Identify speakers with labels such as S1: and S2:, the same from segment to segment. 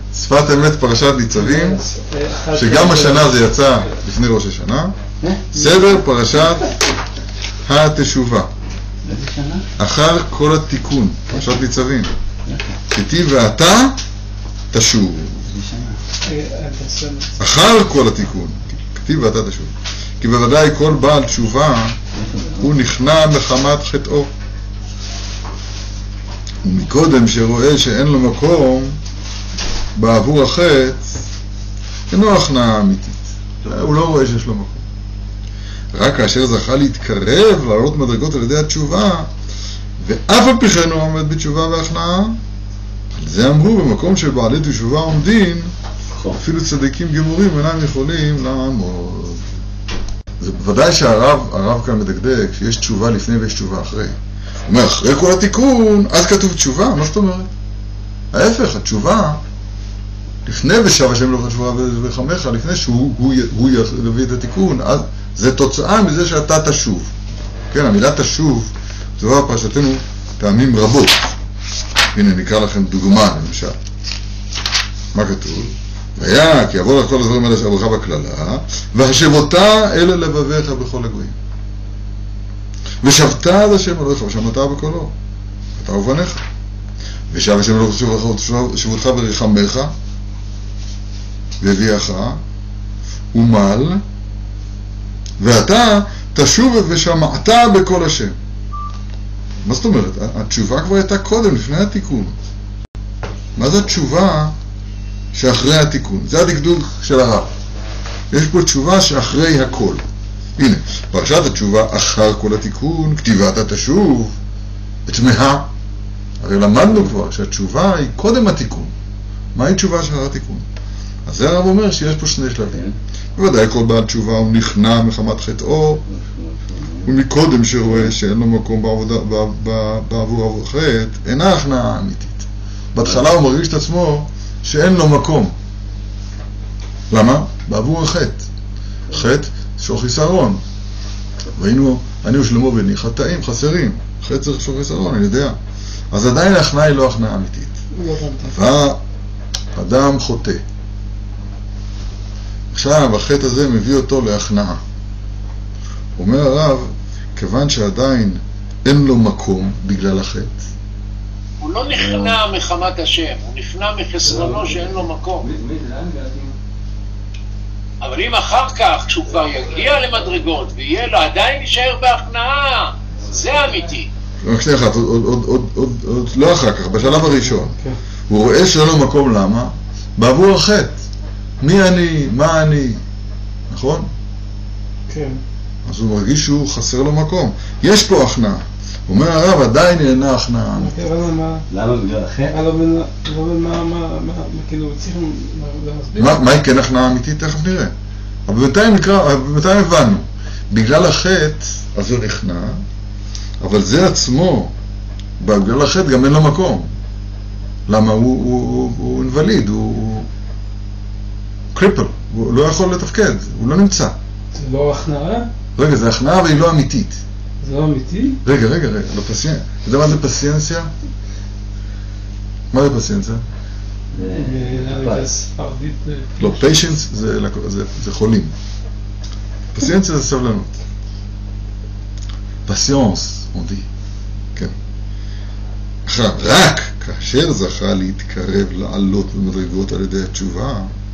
S1: שפת אמת פרשת ניצבים, שגם השנה זה יצא לפני ראש השנה. סדר פרשת התשובה. אחר כל התיקון, פרשת ניצבים. כתיב ואתה תשוב. אחר כל התיקון, כתיב ואתה תשוב. כי בוודאי כל בעל תשובה הוא נכנע מחמת חטאו. ומקודם שרואה שאין לו מקום בעבור החטא, אינו הכנעה אמיתית. הוא לא רואה שיש לו מקום. רק כאשר זכה להתקרב, לעלות מדרגות על ידי התשובה, ואף על פי כן הוא עומד בתשובה והכנעה, על זה אמרו במקום שבעלי תשובה עומדים, אפילו צדיקים גמורים אינם יכולים לעמוד. זה בוודאי שהרב כאן מדקדק שיש תשובה לפני ויש תשובה אחרי. הוא אומר, אחרי כל התיקון, אז כתוב תשובה, מה זאת אומרת? ההפך, התשובה, לפני ושב השם לא תשובה וחמך, לפני שהוא יביא את התיקון, אז זה תוצאה מזה שאתה תשוב. כן, המילה תשוב, זה בא בפרשתנו פעמים רבות. הנה נקרא לכם דוגמה, למשל. מה כתוב? והיה, כי יבוא לך כל הדברים האלה שעברך בכללה, והשבותה אלה לבביך בכל הגויים. ושבת עד השם אלוהיך, ושמעת בקולו, אתה ובניך. ושב השם אלוהיך שבותך וריחמך, והביאך, ומל, ואתה תשוב ושמעת בקול השם. מה זאת אומרת? התשובה כבר הייתה קודם, לפני התיקון. מה זה התשובה שאחרי התיקון? זה הדקדוק של הרב. יש פה תשובה שאחרי הכל. הנה, פרשת התשובה אחר כל התיקון, כתיבת תשוב, תמהה. הרי למדנו כבר שהתשובה היא קודם התיקון. מהי תשובה שאחר התיקון? אז זה הרב אומר שיש פה שני שלבים. בוודאי כל בעל תשובה הוא נכנע מחמת חטאו, ומקודם שרואה שאין לו מקום בעבור החטא, אינה הכנעה אמיתית. בהתחלה הוא מרגיש את עצמו שאין לו מקום. למה? בעבור החטא. חטא שור חיסרון. והיינו, אני ושלמה בני, חטאים, חסרים. חטא צריך שור חיסרון, אני יודע. אז עדיין ההכנעה היא לא הכנעה אמיתית. אבל אדם חוטא. עכשיו החטא הזה מביא אותו להכנעה. אומר הרב, כיוון שעדיין אין לו מקום בגלל החטא.
S2: הוא לא נכנע מחמת השם, הוא נכנע מחסרונו שאין לו מקום. אבל אם אחר כך, כשהוא כבר יגיע למדרגות ויהיה לו, עדיין יישאר בהכנעה, זה אמיתי.
S1: רק שנייה אחת, עוד לא אחר כך, בשלב הראשון. הוא רואה שאין לו מקום, למה? בעבור החטא. מי אני? מה אני? נכון?
S3: כן.
S1: אז הוא מרגיש שהוא חסר לו מקום. יש פה הכנעה. אומר הרב, עדיין אינה הכנעה.
S4: למה בגלל החטא?
S3: כאילו, צריכים להסביר.
S1: מה היא כן הכנעה אמיתית? תכף נראה. אבל בינתיים הבנו. בגלל החטא, אז הוא נכנע, אבל זה עצמו, בגלל החטא גם אין לו מקום. למה? הוא אינווליד, הוא קריפל, הוא לא יכול לתפקד, הוא לא נמצא.
S3: זה לא הכנעה?
S1: רגע, זה הכנעה אבל היא לא אמיתית.
S3: זה לא אמיתי?
S1: רגע, לא פסיאנסיה. אתה יודע מה זה פסיאנסיה? מה זה פסיאנסיה? לא, פיישנס זה חולים. פסיאנסיה זה סבלנות. פסיאנס, on dit. כן. עכשיו, רק כאשר זכה להתקרב לעלות במדרגות על ידי התשובה,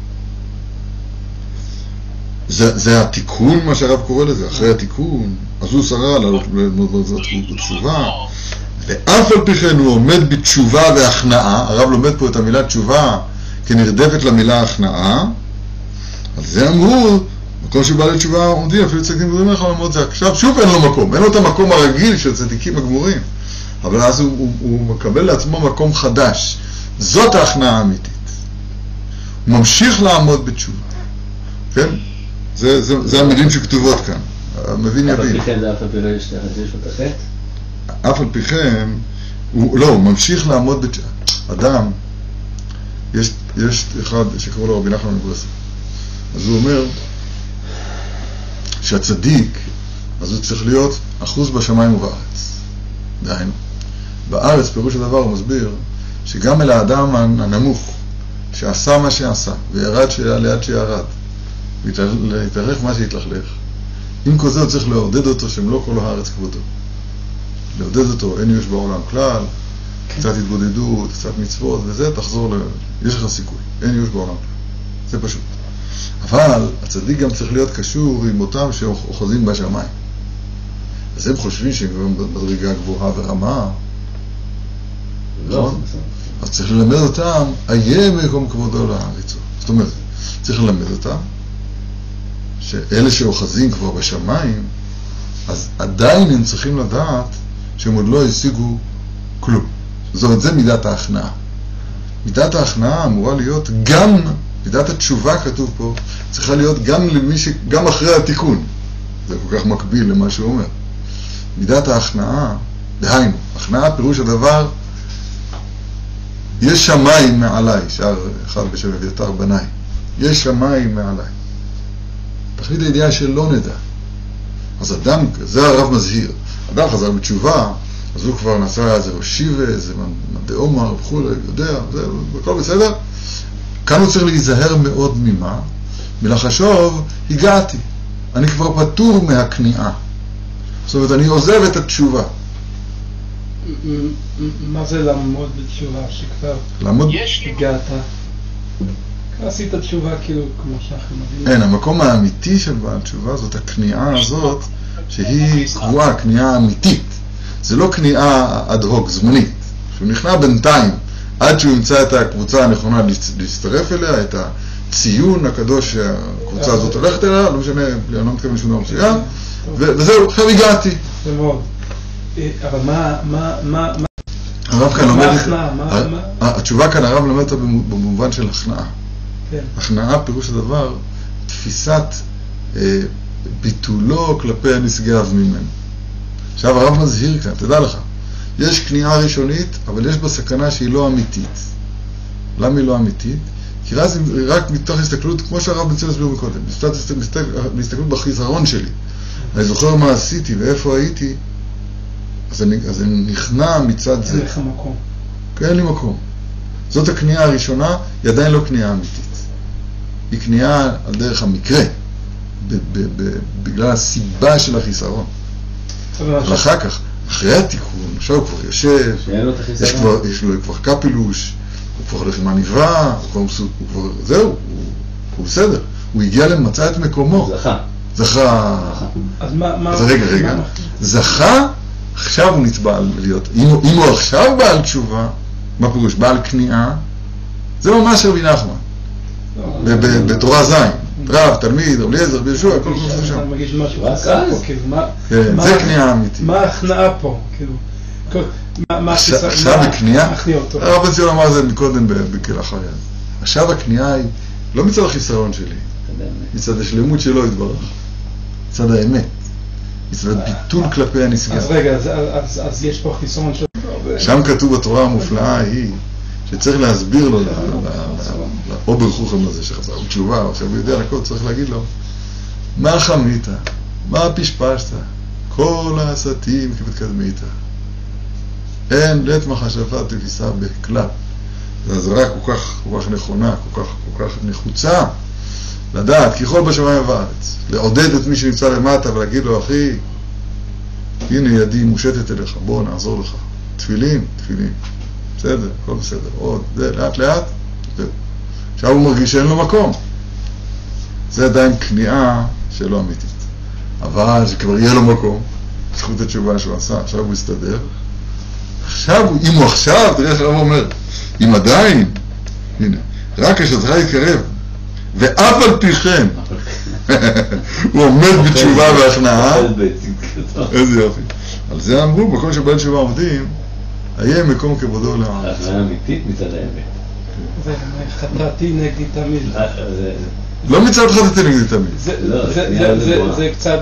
S1: זה התיקון, מה שהרב קורא לזה, אחרי התיקון, אז הוא שרה לעלות במדרגות בתשובה, ואף על פי כן הוא עומד בתשובה והכנעה, הרב לומד פה את המילה תשובה כנרדפת למילה הכנעה, אז זה אמרו, מקום שבעלי תשובה עומדים, אפילו צדיקים גמורים לך ללמוד זה, עכשיו שוב אין לו מקום, אין לו את המקום הרגיל של צדיקים הגמורים, אבל אז הוא מקבל לעצמו מקום חדש, זאת ההכנעה האמיתית. הוא ממשיך לעמוד בתשובה, כן? זה המילים שכתובות כאן, המבין יבין.
S4: אף על פי כן זה אף על פי כן יש לו את החטא?
S1: אף על פי כן, הוא ממשיך לעמוד בתשובה. אדם, יש אחד שקראו לו רבי נחמן מברסלב, אז הוא אומר שהצדיק, אז הוא צריך להיות אחוז בשמיים ובארץ. דהיינו, בארץ פירוש הדבר הוא מסביר שגם אל האדם הנמוך שעשה מה שעשה, וירד ליד שירד, והתלכלך מה שהתלכלך, עם כל זה הוא צריך לעודד אותו שמלוא כל הארץ כבודו. לעודד אותו, אין ייאוש בעולם כלל, קצת התבודדות, קצת מצוות, וזה תחזור יש לך סיכוי, אין ייאוש בעולם כלל. זה פשוט. אבל הצדיק גם צריך להיות קשור עם אותם שאוחזים בשמיים. אז הם חושבים שהם במדרגה גבוהה ורמה, נכון? אז צריך ללמד אותם, איה מקום כבודו לארץ. זאת אומרת, צריך ללמד אותם, שאלה שאוחזים כבר בשמיים, אז עדיין הם צריכים לדעת שהם עוד לא השיגו כלום. זאת אומרת, זה מידת ההכנעה. מידת ההכנעה אמורה להיות גם, מידת התשובה כתוב פה, צריכה להיות גם אחרי התיקון. זה כל כך מקביל למה שהוא אומר. מידת ההכנעה, דהיינו, הכנעה פירוש הדבר, יש שמיים מעליי, שער אחד בשם אביתר בניי, יש שמיים מעליי. תכלית הידיעה שלא נדע. אז אדם, זה הרב מזהיר, אדם חזר בתשובה, אז הוא כבר נסע איזה ראשיבה, איזה מדעי עומר, וכו', יודע, זה הכל בסדר. כאן הוא צריך להיזהר מאוד ממה? מלחשוב, הגעתי, אני כבר פטור מהכניעה. זאת אומרת, אני עוזב את התשובה.
S3: מה זה לעמוד בתשובה שכבר הגעת? עשית תשובה כאילו כמו שאנחנו מבינים.
S1: אין, המקום האמיתי של בעל תשובה זאת הכניעה הזאת שהיא קבועה, כניעה אמיתית. זה לא כניעה אד-הוק, זמנית. שהוא נכנע בינתיים עד שהוא ימצא את הקבוצה הנכונה להצטרף אליה, את הציון הקדוש שהקבוצה הזאת הולכת אליה, לא משנה, אני לא מתכוון שום דבר מסוים, וזהו, עכשיו הגעתי.
S3: זה מאוד. אבל מה...
S1: הרב כאן לומד, התשובה כאן הרב לומד אותה במובן של הכנעה. הכנעה פירוש הדבר, תפיסת ביטולו כלפי הנשגב ממנו. עכשיו הרב מזהיר כאן, תדע לך, יש כניעה ראשונית, אבל יש בה סכנה שהיא לא אמיתית. למה היא לא אמיתית? כי רק מתוך הסתכלות, כמו שהרב בן ציון הסביר מקודם, בהסתכלות בחיסרון שלי. אני זוכר מה עשיתי ואיפה הייתי, אז אני נכנע מצד זה.
S3: אין לך מקום.
S1: כן, אין לי מקום. זאת הכניעה הראשונה, היא עדיין לא כניעה אמיתית. היא כניעה על דרך המקרה, בגלל הסיבה של החיסרון. אבל אחר כך, אחרי התיקון, עכשיו הוא כבר יושב, יש לו כבר קפילוש, הוא כבר הולך עם עניבה, הוא כבר, זהו, הוא בסדר. הוא הגיע למצא את מקומו. זכה. אז רגע. זכה, עכשיו הוא נתבע להיות. אם הוא עכשיו בעל תשובה, מה פירוש? בעל כניעה, זה ממש רבי נחמן. בתורה זין. רב, תלמיד, רב אליעזר, בישוע, הכל כמו שם.
S3: אני מגיש משהו חסר פה, כאילו,
S1: זה כניעה אמיתית.
S3: מה ההכנעה פה, כאילו?
S1: עכשיו הכניעה, הרב בן ציון אמר זה מקודם בכלאחר יד. עכשיו הכניעה היא לא מצד החיסרון שלי, מצד השלמות שלו יתברך, מצד האמת, מצד ביטול כלפי הנשגב.
S3: אז רגע, אז יש פה חיסרון שלו.
S1: שם כתוב בתורה המופלאה היא שצריך להסביר לו לאובר חוכם הזה שחזר בתשובה, עכשיו הוא יודע לכל, צריך להגיד לו מה חמית, מה פשפשת, כל העשתים כבתקדמית, אין לית מחשבה תפיסה בכלל. אז רק כל כך נכונה, כל כך נחוצה לדעת ככל בשמיים וארץ, לעודד את מי שנמצא למטה ולהגיד לו אחי, הנה ידי מושטת אליך, בוא נעזור לך, תפילין, בסדר, הכל בסדר, עוד, זה לאט לאט, זהו. עכשיו הוא מרגיש שאין לו מקום. זה עדיין כניעה שלא אמיתית. אבל שכבר יהיה לו מקום, זכות התשובה שהוא עשה, עכשיו הוא יסתדר. עכשיו, אם הוא עכשיו, תראה שהרב אומר, אם עדיין, הנה, רק כשצריך להתקרב, ואף על פי כן, הוא עומד בתשובה והכנעה, איזה יופי. על זה אמרו, בכל שבן תשובה עומדים, היה מקום כבודו לעם.
S4: הכנעה אמיתית מצד האמת.
S3: חטאתי נגדי תמיד.
S1: לא מצד חטאתי נגדי תמיד.
S3: זה קצת,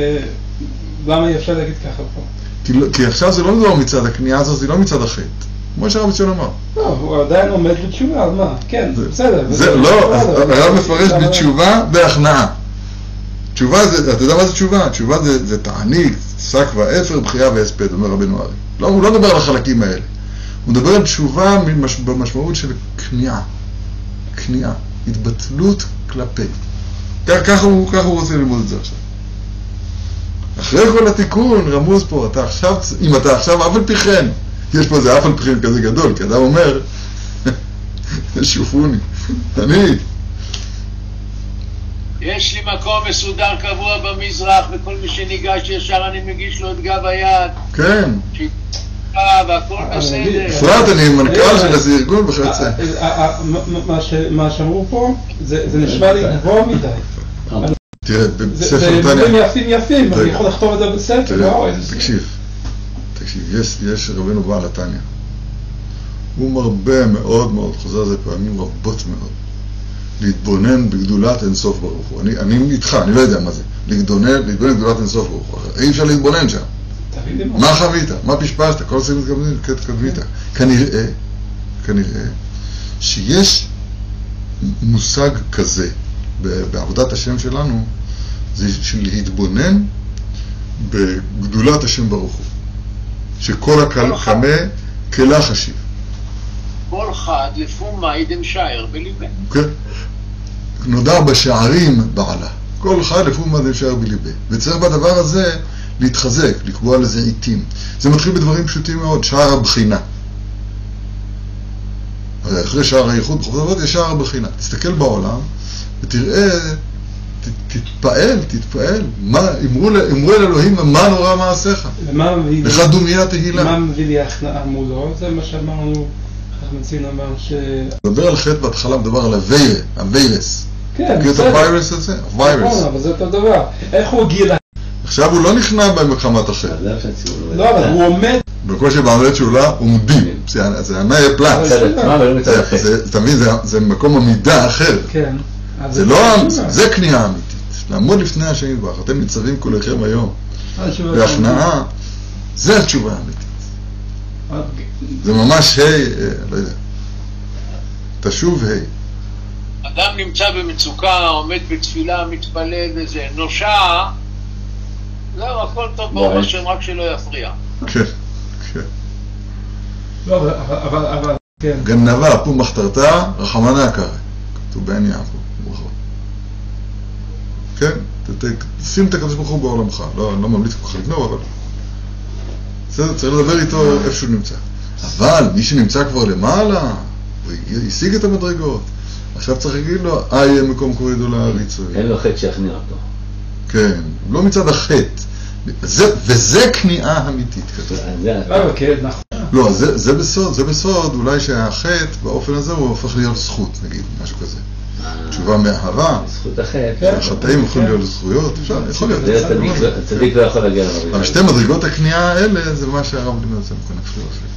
S3: למה אי אפשר להגיד ככה פה?
S1: כי עכשיו זה לא מדבר מצד, הכניעה הזאת זה לא מצד החטא. כמו שהרב ציון אמר.
S3: לא, הוא עדיין עומד בתשובה, על מה? כן, בסדר.
S1: לא, הרב מפרש בתשובה בהכנעה. תשובה, אתה יודע מה זה תשובה? תשובה זה תענית, שק ואפר, בחייה והספד, אומר רבנו ארי. לא, הוא לא מדבר על החלקים האלה. הוא מדבר על תשובה במשמעות של כניעה. כניעה, התבטלות כלפי. ככה הוא רוצה ללמוד את זה עכשיו. אחרי כל התיקון, רמוז פה, אם אתה עכשיו אף על פי כן, יש פה איזה אף על פי כן כזה גדול, כי אדם אומר, שופוני, אני.
S2: יש לי מקום מסודר קבוע במזרח, וכל מי שניגש ישר אני מגיש לו את גב היד.
S1: כן.
S2: והכל בסדר.
S1: אפרת, אני מנכ"ל של איזה ארגון בחצה.
S3: מה שאמרו פה, זה נשמע לי גבוה מדי.
S1: תראה, בספר
S3: תניא. זה דברים יפים, אני יכול לכתוב את זה בספר.
S1: תקשיב, יש רבנו בעל התניא. הוא מרבה מאוד מאוד, חוזר על זה פעמים רבות מאוד, להתבונן בגדולת אינסוף ברוך הוא. אני איתך, אני לא יודע מה זה. להתבונן בגדולת אינסוף ברוך הוא. אי אפשר להתבונן שם. מה חווית? מה פשפשת? כל זה מתקדמית. כנראה שיש מושג כזה בעבודת השם שלנו, זה של להתבונן בגדולת השם ברוך הוא. שכל הקמה כלה חשיב.
S2: כל חד לפום מיידן שער בליבה.
S1: כן. נודע בשערים בעלה. כל חד לפום מיידן שער בליבה. וצריך בדבר הזה להתחזק, לקבוע לזה עיתים. זה מתחיל בדברים פשוטים מאוד, שער הבחינה. אחרי שער הייחוד בחובות יש שער הבחינה. תסתכל בעולם ותראה, תתפעל. אמרו אל אלוהים, מה נורא מעשיך? לך דומיה תהילה.
S3: מה מביא לי הכנעה מולו? זה מה שאמרנו, חכמצין אמר ש...
S1: מדבר על חטא בהתחלה, מדבר על הווירס.
S3: כן,
S1: מכיר את הווירס הזה? הווירס.
S3: אבל זה אותו דבר. איך הוא הגיע לה? עכשיו
S1: הוא לא נכנע במלחמת החטא.
S3: לא, אבל הוא עומד.
S1: בקושי בעמדת שאולה עומדים. זה הנאי פלט. אתה מבין, זה מקום עמידה אחר.
S3: כן.
S1: זה כניעה אמיתית. לעמוד לפני השם יתברך. אתם ניצבים כולכם היום. והכנעה, זה התשובה האמיתית. זה ממש לא יודע. תשוב
S2: אדם נמצא במצוקה, עומד בתפילה, מתפלל וזה, נושע, זהו, הכל טוב ברוך השם, רק שלא יפריע.
S1: כן.
S3: לא, אבל, כן.
S1: גנבה, פום מחתרתה, רחמנה קרא. כתוב בעין יעקב, ברכות. כן, שים את הקדוש ברוך הוא בעולמך. לא ממליץ כל כך לגנוב, אבל... בסדר, צריך לדבר איתו איפה שהוא נמצא. אבל מי שנמצא כבר למעלה, הוא השיג את המדרגות. עכשיו צריך להגיד לו, יהיה מקום קורידו להריצוי.
S4: אין לו חטא שיכניע אותו.
S1: כן, לא מצד החטא. וזה כניעה אמיתית. לא, זה בסוד, אולי שהחטא באופן הזה הוא הופך להיות זכות, נגיד, משהו כזה. תשובה מאהבה.
S4: זכות החטא.
S1: החטאים יכולים להיות זכויות, יכול להיות.
S4: הצדיק לא יכול להגיע.
S1: אבל שתי מדרגות הכניעה האלה, זה מה שהרב לימד את זה מכון אפשר.